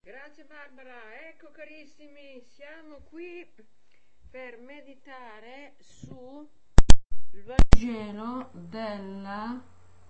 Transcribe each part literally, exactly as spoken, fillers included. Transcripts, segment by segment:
Grazie Barbara, ecco carissimi, siamo qui per meditare sul Vangelo della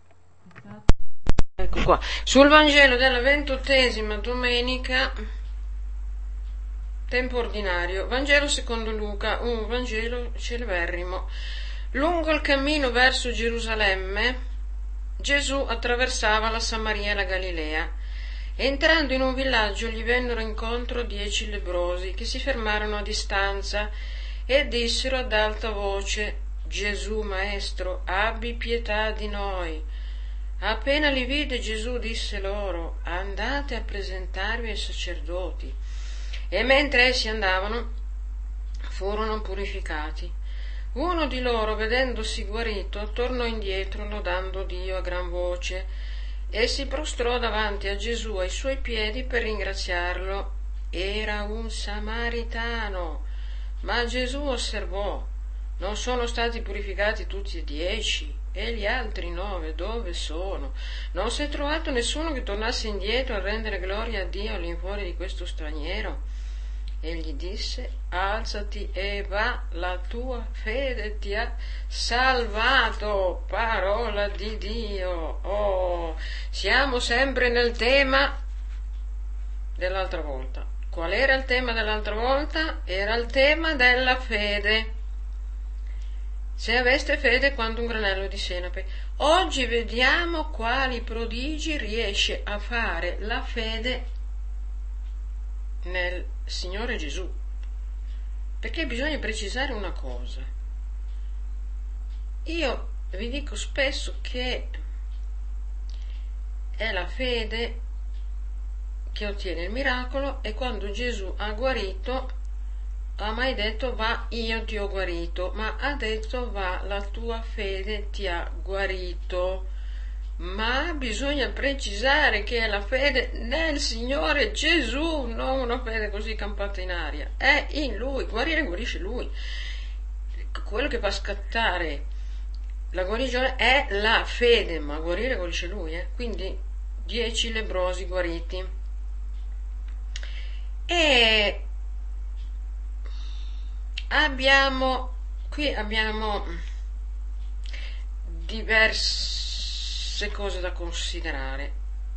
ecco qua, sul Vangelo della ventottesima domenica, tempo ordinario, Vangelo secondo Luca, un Vangelo celeberrimo. Lungo il cammino verso Gerusalemme, Gesù attraversava la Samaria e la Galilea. Entrando in un villaggio gli vennero incontro dieci lebbrosi che si fermarono a distanza e dissero ad alta voce: Gesù, Maestro, abbi pietà di noi. Appena li vide, Gesù disse loro: andate a presentarvi ai sacerdoti. E mentre essi andavano, furono purificati. Uno di loro, vedendosi guarito, tornò indietro lodando Dio a gran voce e si prostrò davanti a Gesù ai suoi piedi per ringraziarlo. Era un samaritano. Ma Gesù osservò: non sono stati purificati tutti e dieci? E gli altri nove dove sono? Non si è trovato nessuno che tornasse indietro a rendere gloria a Dio all'infuori di questo straniero? Egli disse: alzati e va, la tua fede ti ha salvato. Parola di Dio. Oh, siamo sempre nel tema dell'altra volta. Qual era il tema dell'altra volta? Era il tema della fede. Se aveste fede quanto un granello di senape. Oggi vediamo quali prodigi riesce a fare la fede nel Signore Gesù, perché bisogna precisare una cosa. Io vi dico spesso che è la fede che ottiene il miracolo, e quando Gesù ha guarito ha mai detto va, io ti ho guarito, ma ha detto va, la tua fede ti ha guarito. Ma bisogna precisare che è la fede nel Signore Gesù, non una fede così campata in aria. È in Lui, guarire guarisce Lui. Quello che fa scattare la guarigione è la fede, ma guarire guarisce Lui. Eh? Quindi dieci lebbrosi guariti. E abbiamo, qui abbiamo diversi cose da considerare.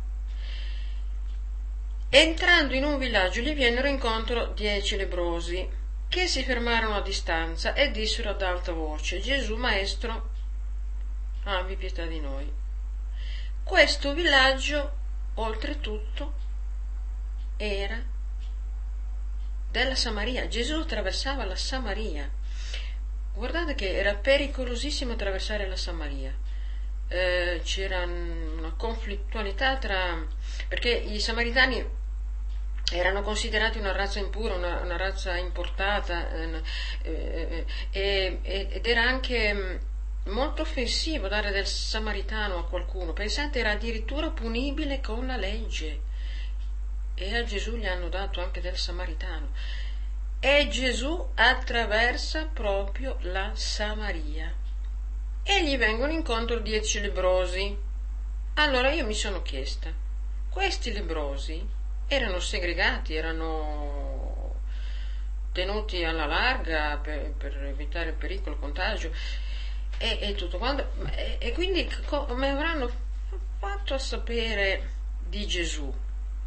Entrando in un villaggio gli vennero incontro dieci lebbrosi che si fermarono a distanza e dissero ad alta voce: Gesù, Maestro, abbi pietà di noi. Questo villaggio, oltretutto, era della Samaria. Gesù attraversava la Samaria. Guardate che era pericolosissimo attraversare la Samaria. Eh, c'era una conflittualità tra, perché i samaritani erano considerati una razza impura, una, una razza importata, eh, eh, eh, ed era anche molto offensivo dare del samaritano a qualcuno. Pensate, era addirittura punibile con la legge, e a Gesù gli hanno dato anche del samaritano. E Gesù attraversa proprio la Samaria. E gli vengono incontro dieci lebbrosi. Allora io mi sono chiesta, questi lebbrosi erano segregati, erano tenuti alla larga per, per evitare il pericolo, il contagio e, e tutto quanto, e, e quindi come avranno fatto a sapere di Gesù?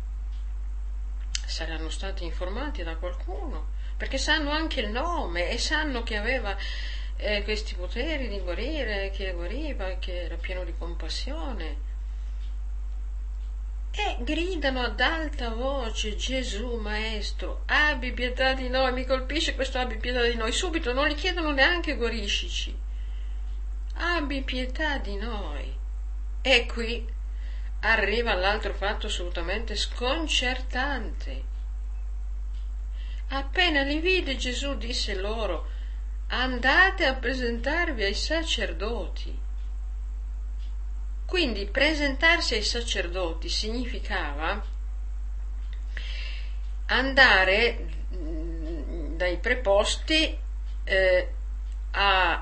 Saranno stati informati da qualcuno, perché sanno anche il nome e sanno che aveva Eh, questi poteri di guarire, che guariva, che era pieno di compassione, e gridano ad alta voce: Gesù, Maestro, abbi pietà di noi. Mi colpisce questo abbi pietà di noi, subito non gli chiedono neanche guariscici, abbi pietà di noi. E qui arriva l'altro fatto assolutamente sconcertante. Appena li vide, Gesù disse loro: andate a presentarvi ai sacerdoti. Quindi presentarsi ai sacerdoti significava andare dai preposti eh, a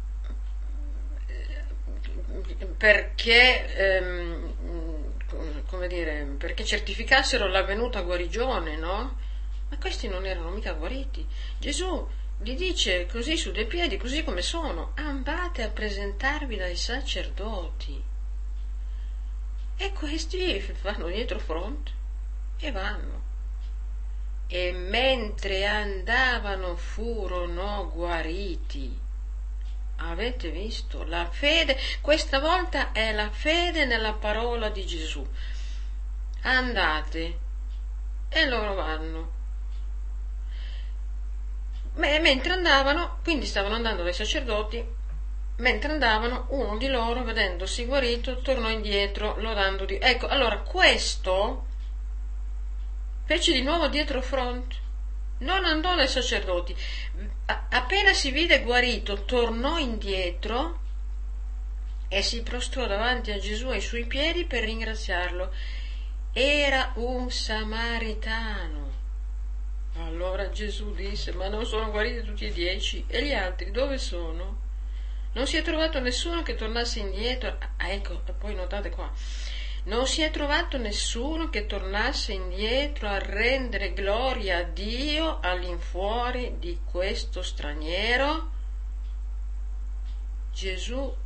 perché ehm, come dire, perché certificassero l'avvenuta guarigione, no? Ma questi non erano mica guariti. Gesù gli dice così su due piedi, così come sono: andate a presentarvi dai sacerdoti. E questi fanno dietro fronte e vanno. E mentre andavano furono guariti. Avete visto? La fede, questa volta è la fede nella parola di Gesù. Andate, e loro vanno. Mentre andavano, quindi stavano andando dai sacerdoti, mentre andavano, uno di loro, vedendosi guarito, tornò indietro, lodando Dio. Ecco, allora questo fece di nuovo dietro fronte, non andò dai sacerdoti. Appena si vide guarito, tornò indietro e si prostrò davanti a Gesù ai suoi piedi per ringraziarlo. Era un samaritano. Allora Gesù disse: ma non sono guariti tutti e dieci? E gli altri dove sono? Non si è trovato nessuno che tornasse indietro. Ah, ecco, e poi notate qua: non si è trovato nessuno che tornasse indietro a rendere gloria a Dio all'infuori di questo straniero? Gesù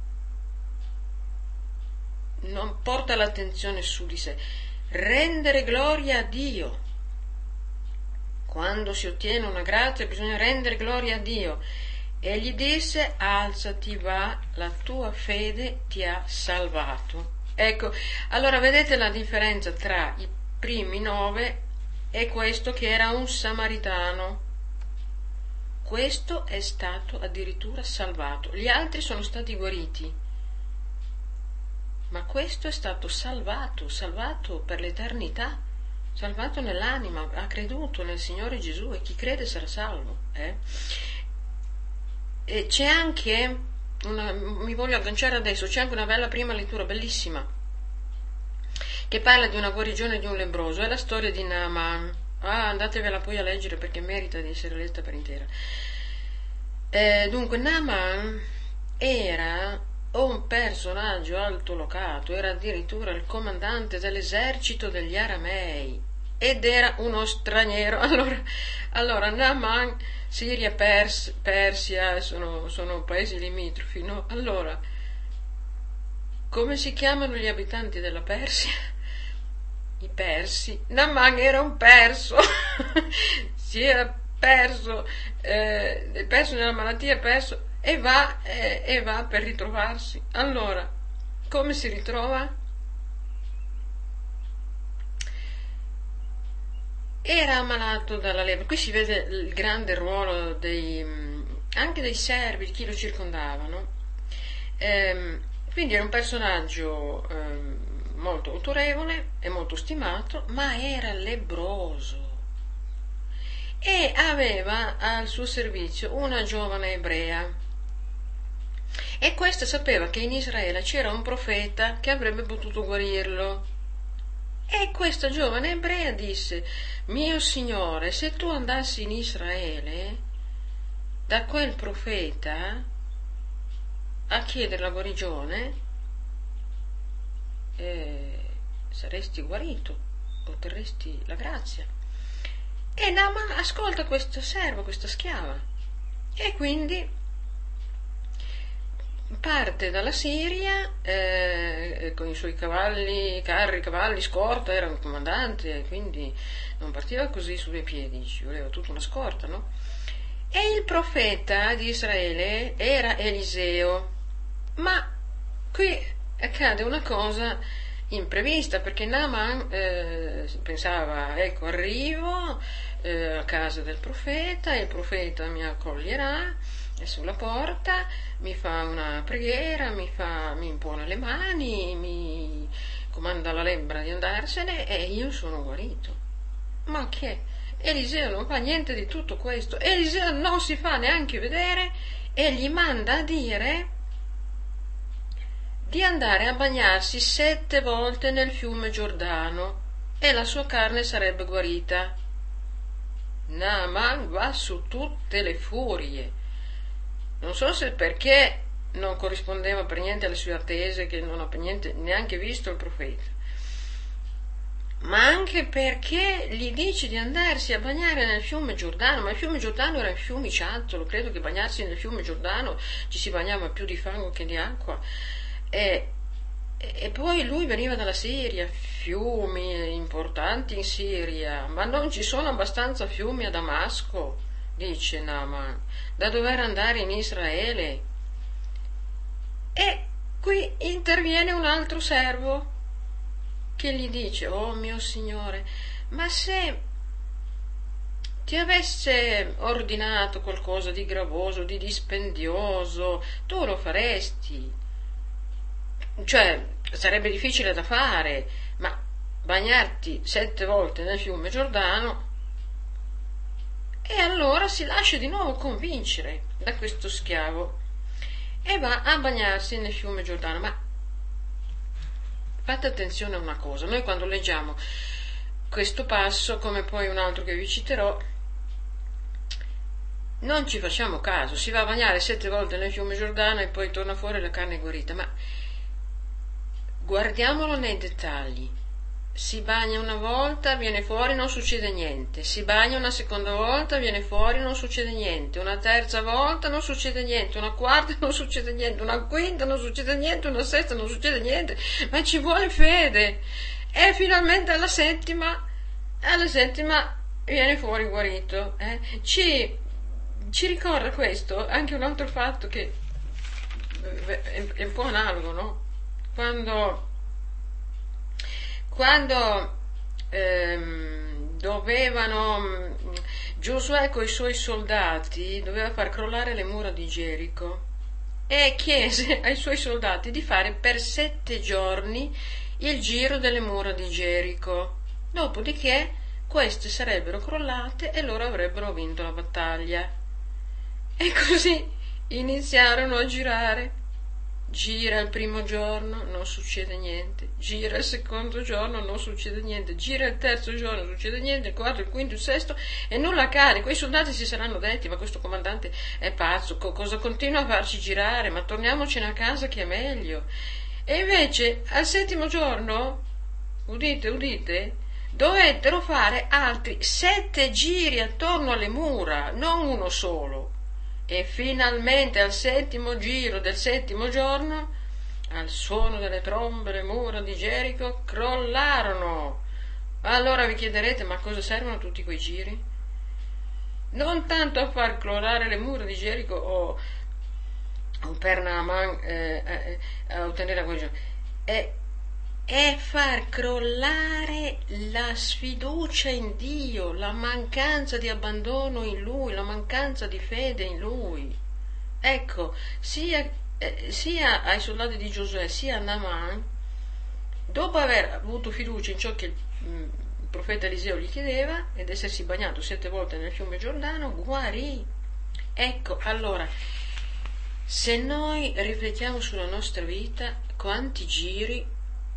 non porta l'attenzione su di sé. Rendere gloria a Dio. Quando si ottiene una grazia bisogna rendere gloria a Dio. E gli disse: alzati, va, la tua fede ti ha salvato. Ecco, allora vedete la differenza tra i primi nove e questo che era un samaritano. Questo è stato addirittura salvato. Gli altri sono stati guariti, ma questo è stato salvato, salvato per l'eternità, salvato nell'anima, ha creduto nel Signore Gesù, e chi crede sarà salvo. Eh? E c'è anche una, mi voglio agganciare adesso, c'è anche una bella prima lettura, bellissima, che parla di una guarigione di un lebbroso, è la storia di Naaman. Ah, andatevela poi a leggere perché merita di essere letta per intera. Eh, dunque, Naaman era un personaggio altolocato, era addirittura il comandante dell'esercito degli Aramei ed era uno straniero. Allora, allora Naaman, Siria, Pers, Persia, sono, sono paesi limitrofi, no? Allora, come si chiamano gli abitanti della Persia? I persi. Naaman era un perso, si era perso, eh, perso nella malattia, perso, e va, eh, e va per ritrovarsi. Allora, come si ritrova? Era ammalato dalla lepre. Qui si vede il grande ruolo dei, anche dei servi, di chi lo circondava, no? Ehm, quindi era un personaggio ehm, molto autorevole e molto stimato, ma era lebbroso e aveva al suo servizio una giovane ebrea, e questa sapeva che in Israele c'era un profeta che avrebbe potuto guarirlo. E questa giovane ebrea disse: mio signore, se tu andassi in Israele da quel profeta a chiedere la guarigione, eh, saresti guarito, otterresti la grazia. E Naaman ascolta questa serva, questa schiava, e quindi parte dalla Siria eh, con i suoi cavalli, carri, cavalli, scorta, era un comandante, quindi non partiva così su due piedi, ci voleva tutta una scorta, no? E il profeta di Israele era Eliseo. Ma qui accade una cosa imprevista, perché Naaman eh, pensava: ecco, arrivo eh, a casa del profeta, il profeta mi accoglierà, è sulla porta, mi fa una preghiera, mi, fa, mi impone le mani, mi comanda alla lebbra di andarsene e io sono guarito. Ma che? Eliseo non fa niente di tutto questo. Eliseo non si fa neanche vedere e gli manda a dire di andare a bagnarsi sette volte nel fiume Giordano e la sua carne sarebbe guarita. Naaman va su tutte le furie. Non so se perché non corrispondeva per niente alle sue attese, che non ha per niente neanche visto il profeta. ma anche perché gli dice di andarsi a bagnare nel fiume Giordano, ma il fiume Giordano era un fiumiciattolo, credo che bagnarsi nel fiume Giordano ci si bagnava più di fango che di acqua. E, e poi lui veniva dalla Siria, fiumi importanti in Siria, ma non ci sono abbastanza fiumi a Damasco, dice Naaman, da dover andare in Israele. E qui interviene un altro servo che gli dice: oh mio signore, ma se ti avesse ordinato qualcosa di gravoso, di dispendioso, tu lo faresti. Cioè, sarebbe difficile da fare, ma bagnarti sette volte nel fiume Giordano. E allora si lascia di nuovo convincere da questo schiavo e va a bagnarsi nel fiume Giordano. Ma fate attenzione a una cosa: noi quando leggiamo questo passo, come poi un altro che vi citerò, non ci facciamo caso. Si va a bagnare sette volte nel fiume Giordano e poi torna fuori la carne guarita. Ma guardiamolo nei dettagli. Si bagna una volta, viene fuori, non succede niente. Si bagna una seconda volta, viene fuori, non succede niente. Una terza volta non succede niente. Una quarta non succede niente. Una quinta non succede niente. Una sesta non succede niente. Ma ci vuole fede. E finalmente alla settima, alla settima viene fuori guarito. Eh? Ci, ci ricorda questo anche un altro fatto che è un po' analogo, no? Quando quando ehm, dovevano Giosuè con i suoi soldati doveva far crollare le mura di Gerico e chiese ai suoi soldati di fare per sette giorni il giro delle mura di Gerico, dopodiché queste sarebbero crollate e loro avrebbero vinto la battaglia. E così iniziarono a girare. Gira il primo giorno, non succede niente. Gira il secondo giorno, non succede niente. Gira il terzo giorno, non succede niente. Il quarto, il quinto, il sesto, e nulla accade. Quei soldati si saranno detti: ma questo comandante è pazzo, co- cosa continua a farci girare? Ma torniamocene a casa che è meglio. E invece al settimo giorno, udite, udite, dovettero fare altri sette giri attorno alle mura, non uno solo. E finalmente al settimo giro del settimo giorno, al suono delle trombe, le mura di Gerico crollarono. Allora vi chiederete: ma a cosa servono tutti quei giri? Non tanto a far crollare le mura di Gerico o, o per Naaman eh, eh, a ottenere la guarigione, è, è far crollare la sfiducia in Dio, la mancanza di abbandono in Lui, la mancanza di fede in Lui. Ecco, sia, eh, sia ai soldati di Giosuè sia a Naaman, dopo aver avuto fiducia in ciò che il, il profeta Eliseo gli chiedeva ed essersi bagnato sette volte nel fiume Giordano, guarì. Ecco, allora, se noi riflettiamo sulla nostra vita, quanti giri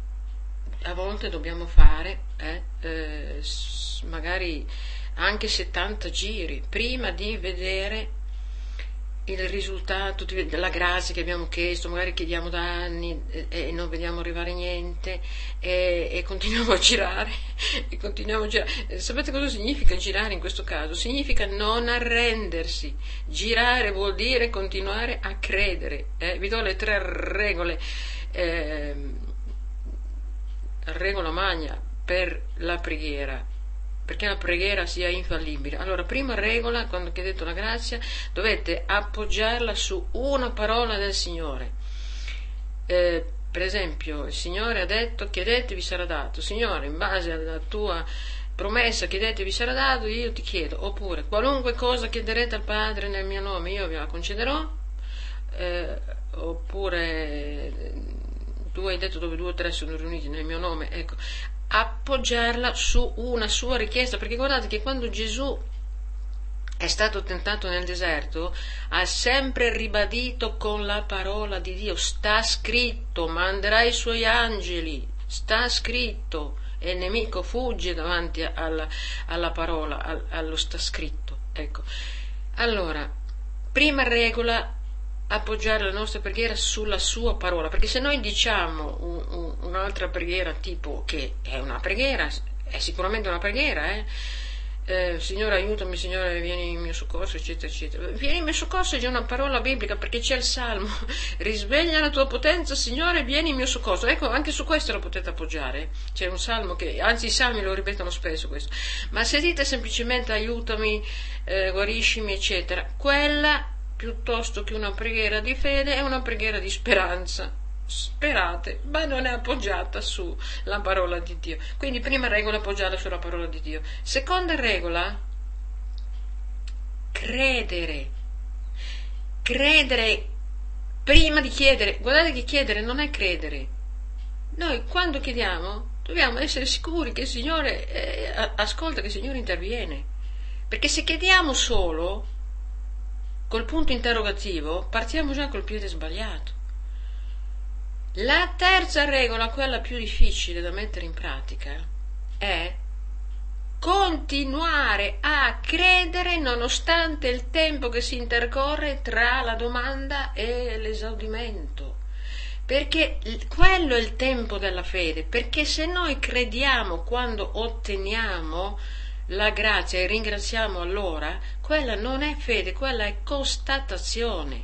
a volte dobbiamo fare, eh, eh, magari anche settanta giri, prima di vedere il risultato della grazia che abbiamo chiesto. Magari chiediamo da anni e, e non vediamo arrivare niente e, e continuiamo a girare e continuiamo a girare. Sapete cosa significa girare in questo caso? Significa non arrendersi. Girare vuol dire continuare a credere. Eh? Vi do le tre regole. Eh, regola magna per la preghiera, perché la preghiera sia infallibile. Allora, prima regola: quando chiedete la grazia dovete appoggiarla su una parola del Signore. Eh, per esempio, il Signore ha detto: chiedete vi sarà dato. Signore, in base alla tua promessa, chiedete vi sarà dato, io ti chiedo. Oppure, qualunque cosa chiederete al Padre nel mio nome, io ve la concederò. Eh, oppure, tu hai detto: dove due o tre sono riuniti nel mio nome. Ecco, appoggiarla su una sua richiesta, perché guardate che quando Gesù è stato tentato nel deserto ha sempre ribadito con la parola di Dio: sta scritto, manderà i suoi angeli, sta scritto, e il nemico fugge davanti alla, alla parola, al, allo sta scritto. Ecco, allora, prima regola: appoggiare la nostra preghiera sulla sua parola, perché se noi diciamo un, un, un'altra preghiera tipo che è una preghiera, è sicuramente una preghiera, eh? Eh, Signore aiutami, Signore vieni in mio soccorso, eccetera, eccetera. Vieni in mio soccorso è già una parola biblica, perché c'è il Salmo, risveglia la tua potenza, Signore vieni in mio soccorso. Ecco, anche su questo lo potete appoggiare, c'è un Salmo che, anzi i Salmi lo ripetono spesso questo, ma se dite semplicemente aiutami, eh, guariscimi, eccetera, quella piuttosto che una preghiera di fede è una preghiera di speranza. Sperate, ma non è appoggiata sulla parola di Dio. Quindi prima regola appoggiata sulla parola di Dio. Seconda regola, credere. Credere prima di chiedere. Guardate che chiedere non è credere. Noi quando chiediamo dobbiamo essere sicuri che il Signore eh, ascolta, che il Signore interviene. Perché se chiediamo solo col punto interrogativo, partiamo già col piede sbagliato. La terza regola, quella più difficile da mettere in pratica, è continuare a credere nonostante il tempo che si intercorre tra la domanda e l'esaudimento. Perché quello è il tempo della fede, perché se noi crediamo quando otteniamo la grazia e ringraziamo allora, quella non è fede, quella è constatazione.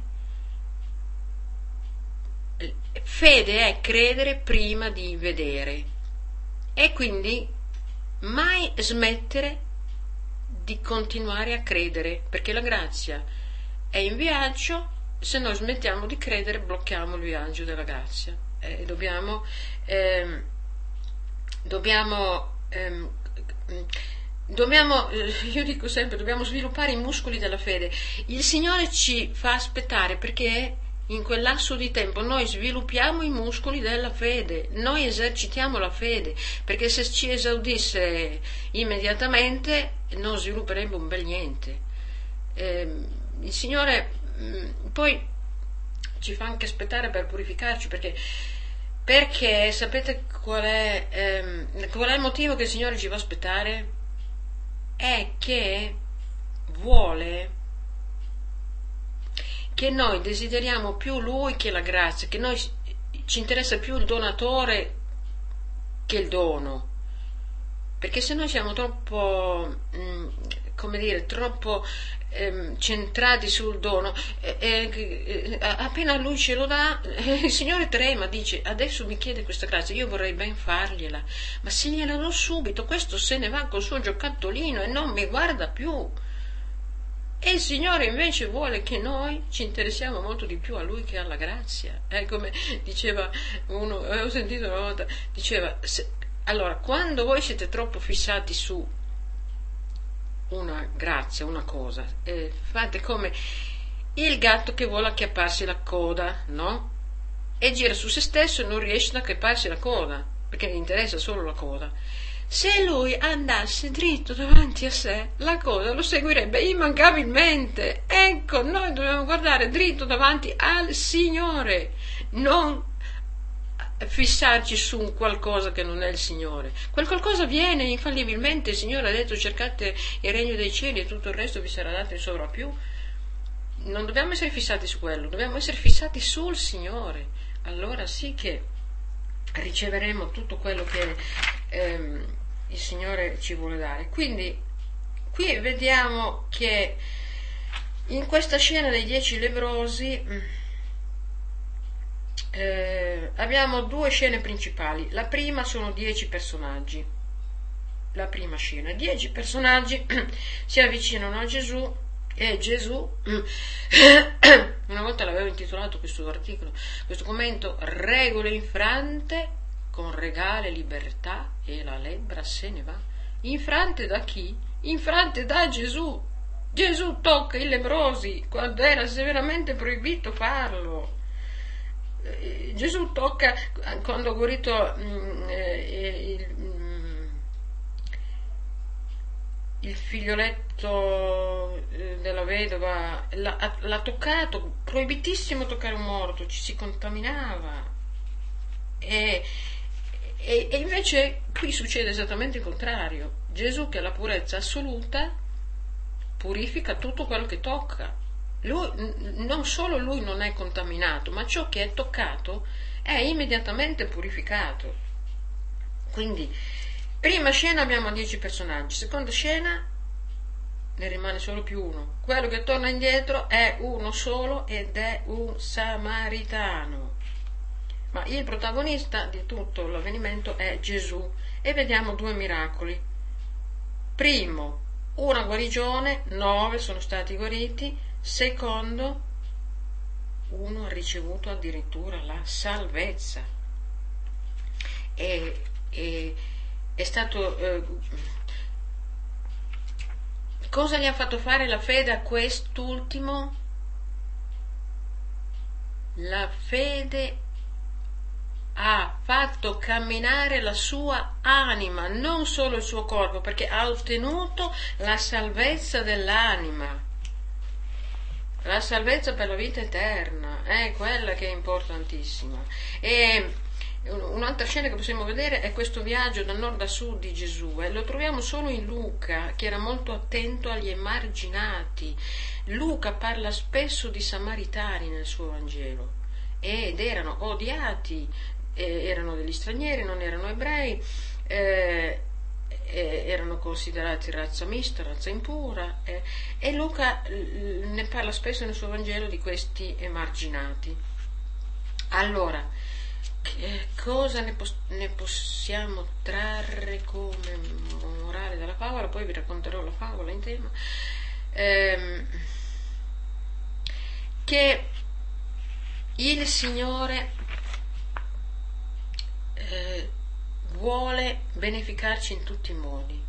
Fede è credere prima di vedere e quindi mai smettere di continuare a credere, perché la grazia è in viaggio. Se noi smettiamo di credere blocchiamo il viaggio della grazia e dobbiamo ehm, dobbiamo ehm, dobbiamo io dico sempre dobbiamo sviluppare i muscoli della fede. Il Signore ci fa aspettare perché in quel lasso di tempo noi sviluppiamo i muscoli della fede, noi esercitiamo la fede, perché se ci esaudisse immediatamente non svilupperebbe un bel niente. Eh, il Signore mh, poi ci fa anche aspettare per purificarci, perché, perché sapete qual è, ehm, qual è il motivo che il Signore ci fa aspettare? È che vuole che noi desideriamo più Lui che la grazia, che noi ci interessa più il donatore che il dono, perché se noi siamo troppo, mh, come dire, troppo ehm, centrati sul dono, eh, eh, appena Lui ce lo dà, eh, il Signore trema, dice adesso mi chiede questa grazia, io vorrei ben fargliela, ma se gliela do subito, questo se ne va col suo giocattolino e non mi guarda più. E il Signore invece vuole che noi ci interessiamo molto di più a Lui che alla grazia. È come diceva uno, avevo sentito una volta, diceva, se, allora, quando voi siete troppo fissati su una grazia, una cosa, eh, fate come il gatto che vuole acchiapparsi la coda, no? E gira su se stesso e non riesce ad acchiapparsi la coda, perché gli interessa solo la coda. Se lui andasse dritto davanti a sé, la cosa lo seguirebbe immancabilmente. Ecco, noi dobbiamo guardare dritto davanti al Signore, non fissarci su un qualcosa che non è il Signore. Quel qualcosa viene infallibilmente, il Signore ha detto cercate il regno dei cieli e tutto il resto vi sarà dato in sovrappiù. Non dobbiamo essere fissati su quello, dobbiamo essere fissati sul Signore. Allora sì che riceveremo tutto quello che ehm, il Signore ci vuole dare. Quindi qui vediamo che in questa scena dei dieci lebbrosi eh, abbiamo due scene principali. La prima sono dieci personaggi. La prima scena, dieci personaggi si avvicinano a Gesù e Gesù, una volta l'avevo intitolato questo articolo, questo commento, regole infrante con regale libertà e la lebbra se ne va. Infrante da chi? Infrante da Gesù. Gesù tocca i lebbrosi quando era severamente proibito farlo. Gesù tocca quando ha guarito mm, eh, il, mm, il figlioletto della vedova, l'ha, l'ha toccato, proibitissimo toccare un morto, ci si contaminava. E, e, e invece qui succede esattamente il contrario. Gesù, che ha la purezza assoluta, purifica tutto quello che tocca. Lui, non solo lui non è contaminato, ma ciò che è toccato è immediatamente purificato. Quindi Prima scena abbiamo dieci personaggi, seconda scena ne rimane solo più uno. Quello che torna indietro è uno solo ed è un samaritano. Ma il protagonista di tutto l'avvenimento è Gesù e vediamo due miracoli. Primo, una guarigione, nove sono stati guariti. Secondo, uno ha ricevuto addirittura la salvezza. E, e è stato eh, cosa gli ha fatto fare la fede a quest'ultimo? La fede ha fatto camminare la sua anima, non solo il suo corpo, perché ha ottenuto la salvezza dell'anima, la salvezza per la vita eterna, è quella che è importantissima. E un'altra scena che possiamo vedere è questo viaggio da nord a sud di Gesù, e lo troviamo solo in Luca, che era molto attento agli emarginati. Luca parla spesso di samaritani nel suo Vangelo, ed erano odiati, eh, erano degli stranieri, non erano ebrei, eh, eh, erano considerati razza mista, razza impura, eh, e Luca eh, ne parla spesso nel suo Vangelo di questi emarginati. Allora, che cosa ne, pos- ne possiamo trarre come morale dalla favola? Poi vi racconterò la favola in tema. Ehm, che il Signore eh, vuole beneficarci in tutti i modi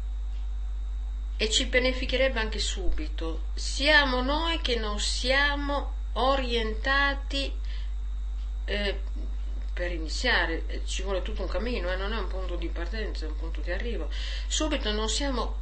e ci beneficherebbe anche subito. Siamo noi che non siamo orientati eh, per iniziare, ci vuole tutto un cammino, eh, non è un punto di partenza, è un punto di arrivo. Subito non siamo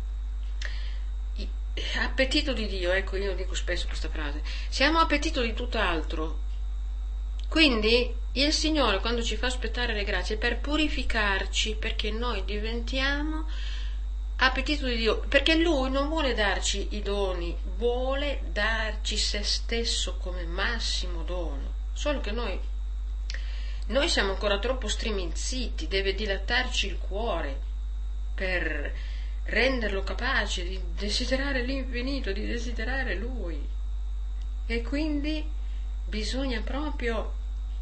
appetito di Dio, ecco, io dico spesso questa frase, siamo appetito di tutt'altro. Quindi il Signore, quando ci fa aspettare le grazie, è per purificarci, perché noi diventiamo appetito di Dio, perché Lui non vuole darci i doni, vuole darci se stesso come massimo dono, solo che noi noi siamo ancora troppo striminziti, deve dilatarci il cuore per renderlo capace di desiderare l'infinito, di desiderare Lui. E quindi bisogna proprio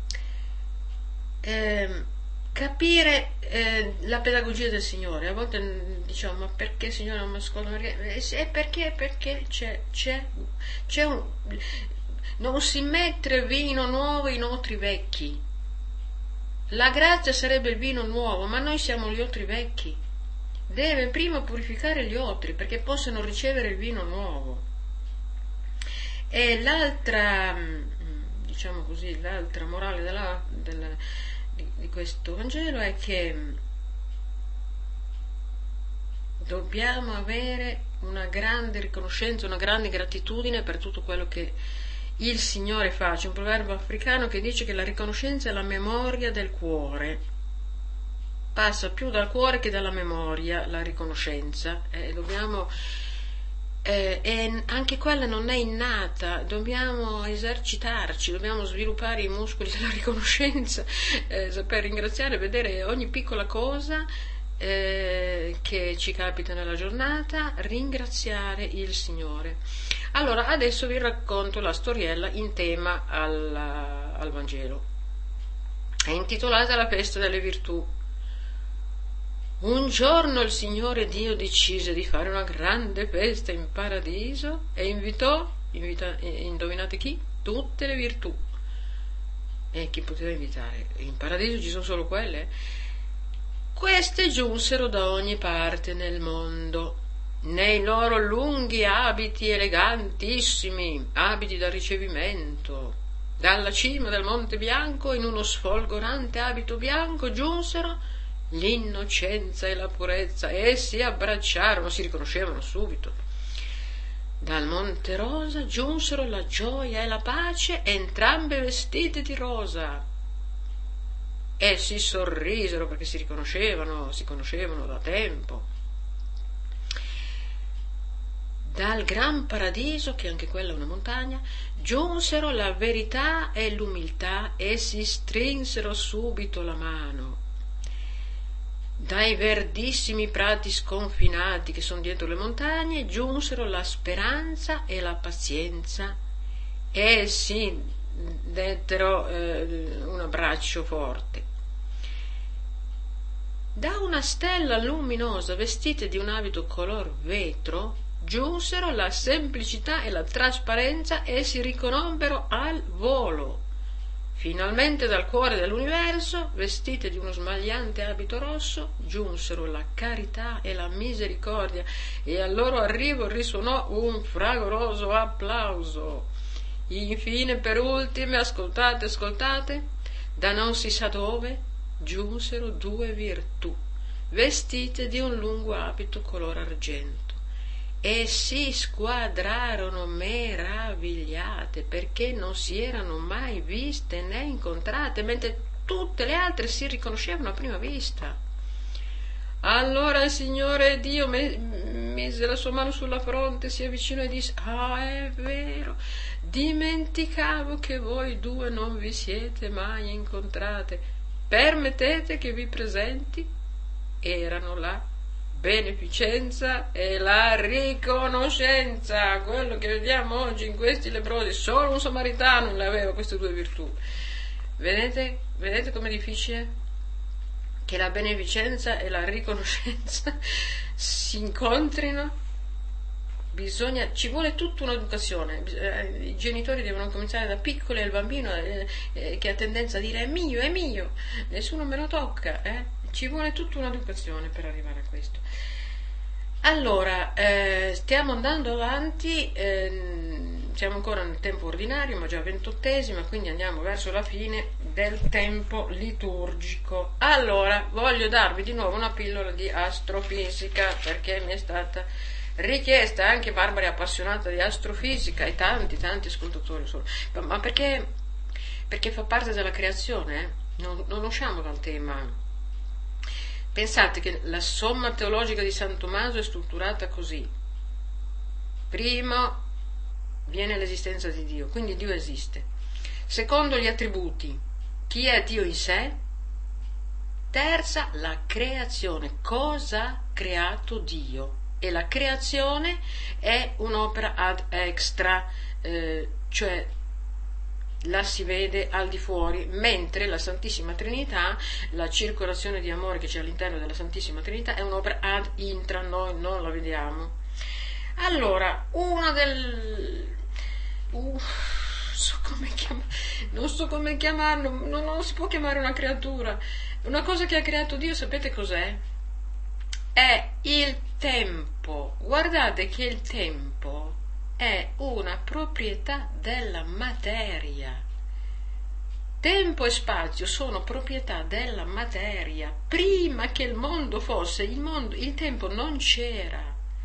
eh, capire eh, la pedagogia del Signore. A volte diciamo, ma perché Signore non mi ascolta? È perché, perché c'è, c'è, c'è un... non si mette vino nuovo in otri vecchi. La grazia sarebbe il vino nuovo, ma noi siamo gli otri vecchi. Deve prima purificare gli otri perché possano ricevere il vino nuovo. E l'altra, diciamo così, l'altra morale della, della, di, di questo Vangelo è che dobbiamo avere una grande riconoscenza, una grande gratitudine per tutto quello che il Signore fa. C'è un proverbio africano che dice che la riconoscenza è la memoria del cuore. Passa più dal cuore che dalla memoria la riconoscenza. Eh, dobbiamo, eh, e anche quella non è innata, dobbiamo esercitarci, dobbiamo sviluppare i muscoli della riconoscenza, eh, saper ringraziare, vedere ogni piccola cosa eh, che ci capita nella giornata, ringraziare il Signore. Allora, adesso vi racconto la storiella in tema al, al Vangelo. È intitolata La festa delle virtù. Un giorno il Signore Dio decise di fare una grande festa in paradiso e invitò, invita, indovinate chi? Tutte le virtù. E chi poteva invitare? In paradiso ci sono solo quelle. Queste giunsero da ogni parte nel mondo, nei loro lunghi abiti elegantissimi, abiti da ricevimento. Dalla cima del Monte Bianco, in uno sfolgorante abito bianco, giunsero l'innocenza e la purezza e si abbracciarono, si riconoscevano subito. Dal Monte Rosa giunsero la gioia e la pace, entrambe vestite di rosa, e si sorrisero perché si riconoscevano, si conoscevano da tempo. Dal Gran Paradiso, che anche quella è una montagna, giunsero la verità e l'umiltà e si strinsero subito la mano. dai verdissimi prati sconfinati che sono dietro le montagne, giunsero la speranza e la pazienza. Essi dettero eh, un abbraccio forte. Da una stella luminosa, vestite di un abito color vetro, giunsero la semplicità e la trasparenza e si riconobbero al volo. Finalmente dal cuore dell'universo, vestite di uno smagliante abito rosso, giunsero la carità e la misericordia e al loro arrivo risuonò un fragoroso applauso. Infine, per ultime, ascoltate, ascoltate, da non si sa dove giunsero due virtù, vestite di un lungo abito color argento, e si squadrarono meravigliate perché non si erano mai viste né incontrate, mentre tutte le altre si riconoscevano a prima vista. Allora il Signore Dio mise la sua mano sulla fronte, si avvicinò e disse: ah, è vero, dimenticavo che voi due non vi siete mai incontrate. Permettete che vi presenti? Erano la beneficenza e la riconoscenza, quello che vediamo oggi in questi leprosi. Solo un samaritano le aveva queste due virtù. Vedete, vedete com'è difficile che la beneficenza e la riconoscenza si incontrino? Bisogna, ci vuole tutta un'educazione. I genitori devono cominciare da piccoli, e il bambino eh, eh, che ha tendenza a dire è mio, è mio, nessuno me lo tocca, eh? Ci vuole tutta un'educazione per arrivare a questo. Allora, eh, stiamo andando avanti, eh, siamo ancora nel tempo ordinario, ma già ventottesima, quindi andiamo verso la fine del tempo liturgico. Allora, voglio darvi di nuovo una pillola di astrofisica, perché mi è stata richiesta, anche Barbara è appassionata di astrofisica e tanti, tanti ascoltatori sono, ma perché, perché fa parte della creazione, eh? non, non usciamo dal tema. Pensate che la somma teologica di San Tommaso è strutturata così: primo viene l'esistenza di Dio, quindi Dio esiste; secondo, gli attributi, chi è Dio in sé; terza, la creazione, cosa ha creato Dio, e la creazione è un'opera ad extra, eh, cioè la si vede al di fuori, mentre la Santissima Trinità, la circolazione di amore che c'è all'interno della Santissima Trinità, è un'opera ad intra, noi non la vediamo. Allora, una del... Uh, so come chiam... non so come chiamarlo, non, non si può chiamare una creatura. Una cosa che ha creato Dio, sapete cos'è? È il tempo. Guardate che il tempo è una proprietà della materia. Tempo e spazio sono proprietà della materia. Prima che il mondo fosse, il mondo, il tempo non c'era.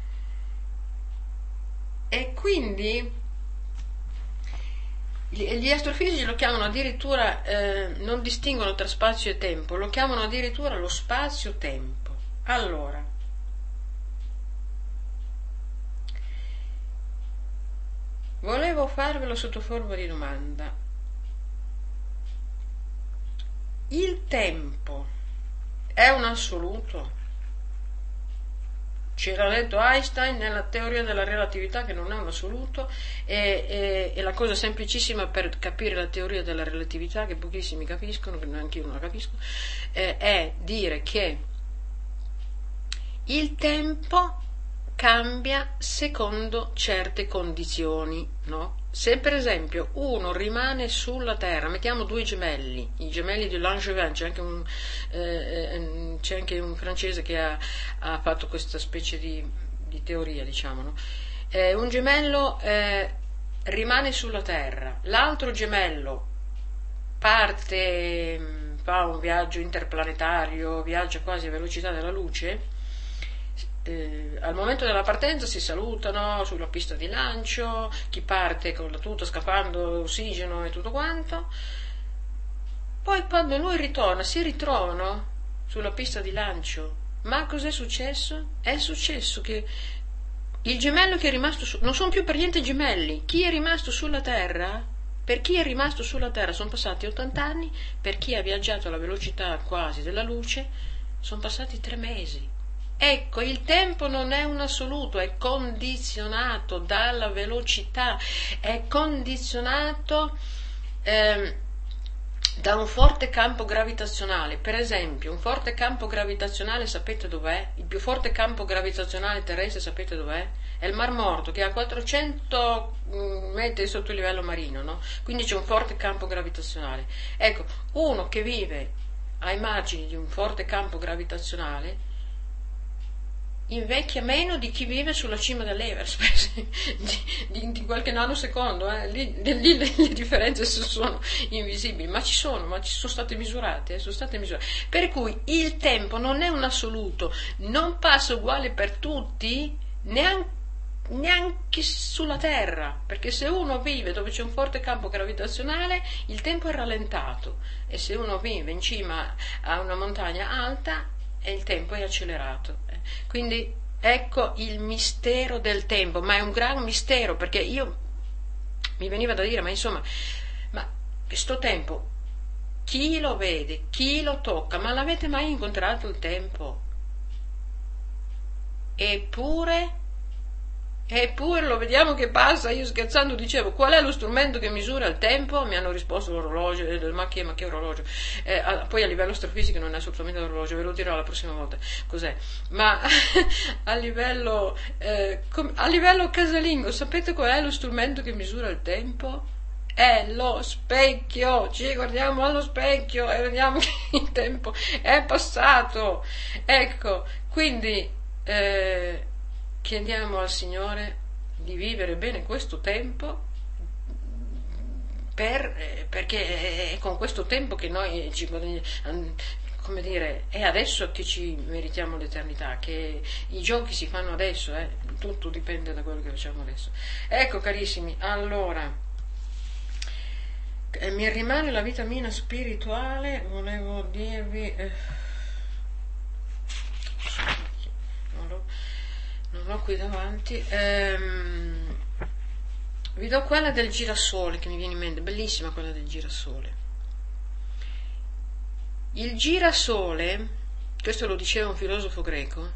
E quindi gli astrofisici lo chiamano addirittura, eh, non distinguono tra spazio e tempo, lo chiamano addirittura lo spazio-tempo. Allora, volevo farvelo sotto forma di domanda. Il tempo è un assoluto? C'era detto Einstein nella teoria della relatività che non è un assoluto, e, e, e la cosa semplicissima per capire la teoria della relatività, che pochissimi capiscono, che neanche io non la capisco, eh, è dire che il tempo cambia secondo certe condizioni, no? Se per esempio uno rimane sulla Terra, mettiamo due gemelli, i gemelli di Langevin, c'è anche un, eh, c'è anche un francese che ha, ha fatto questa specie di, di teoria, diciamo, no? Eh, un gemello eh, rimane sulla Terra, l'altro gemello parte, fa un viaggio interplanetario, viaggia quasi a velocità della luce. Eh, al momento della partenza si salutano sulla pista di lancio, chi parte con la tuta, scafando, ossigeno e tutto quanto. Poi quando lui ritorna si ritrovano sulla pista di lancio. Ma cos'è successo? È successo che il gemello che è rimasto su, non sono più per niente gemelli. Chi è rimasto sulla Terra, per chi è rimasto sulla Terra sono passati ottanta anni, per chi ha viaggiato alla velocità quasi della luce sono passati tre mesi. Ecco, il tempo non è un assoluto, è condizionato dalla velocità, è condizionato ehm, da un forte campo gravitazionale. Per esempio, un forte campo gravitazionale, sapete dov'è? Il più forte campo gravitazionale terrestre, sapete dov'è? È il Mar Morto, che è a quattrocento metri sotto il livello marino, no? Quindi c'è un forte campo gravitazionale. Ecco, uno che vive ai margini di un forte campo gravitazionale invecchia meno di chi vive sulla cima dell'Everest di, di, di qualche nanosecondo, eh. lì, lì le, le differenze sono invisibili, ma ci sono, ma ci sono state misurate, eh, sono state misurate. Per cui il tempo non è un assoluto, non passa uguale per tutti, neanche, neanche sulla Terra, perché se uno vive dove c'è un forte campo gravitazionale il tempo è rallentato, e se uno vive in cima a una montagna alta e il tempo è accelerato. Quindi ecco il mistero del tempo, ma è un gran mistero, perché io mi veniva da dire, ma insomma, ma questo tempo chi lo vede, chi lo tocca, ma l'avete mai incontrato il tempo? Eppure Eppure lo vediamo che passa. Io scherzando dicevo, qual è lo strumento che misura il tempo? Mi hanno risposto l'orologio, ma che, ma che orologio? Eh, poi a livello astrofisico non è assolutamente l'orologio, ve lo dirò la prossima volta cos'è. Ma a livello, eh, com- a livello casalingo, sapete qual è lo strumento che misura il tempo? È lo specchio. Ci guardiamo allo specchio e vediamo che il tempo è passato. Ecco, quindi eh, chiediamo al Signore di vivere bene questo tempo, per, perché è con questo tempo che noi ci, come dire, è adesso che ci meritiamo l'eternità, che i giochi si fanno adesso, eh, tutto dipende da quello che facciamo adesso. Ecco carissimi, allora eh, mi rimane la vitamina spirituale, volevo dirvi eh, non l'ho non l'ho qui davanti, ehm, vi do quella del girasole che mi viene in mente, bellissima quella del girasole. Il girasole, questo lo diceva un filosofo greco,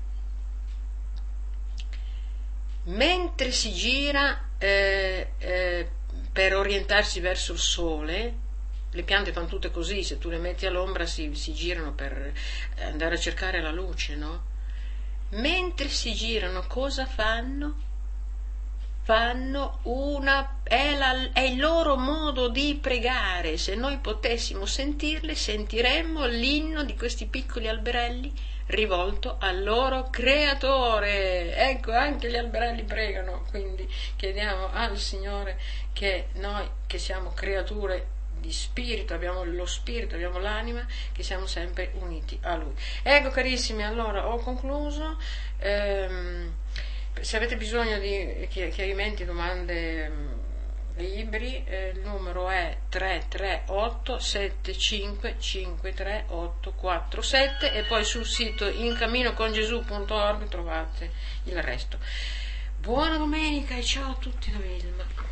mentre si gira eh, eh, per orientarsi verso il sole, le piante fanno tutte così, se tu le metti all'ombra si, si girano per andare a cercare la luce, no? Mentre si girano cosa fanno? Fanno una, è, la, è il loro modo di pregare. Se noi potessimo sentirle, sentiremmo l'inno di questi piccoli alberelli rivolto al loro creatore. Ecco, anche gli alberelli pregano, quindi chiediamo al Signore che noi, che siamo creature di spirito, abbiamo lo spirito, abbiamo l'anima, che siamo sempre uniti a Lui. Ecco carissimi, allora ho concluso. Ehm, se avete bisogno di chiarimenti, domande, libri, eh, il numero è tre tre otto sette cinque cinque tre otto quattro sette e poi sul sito incamminocongesù punto org trovate il resto. Buona domenica e ciao a tutti da Vilma.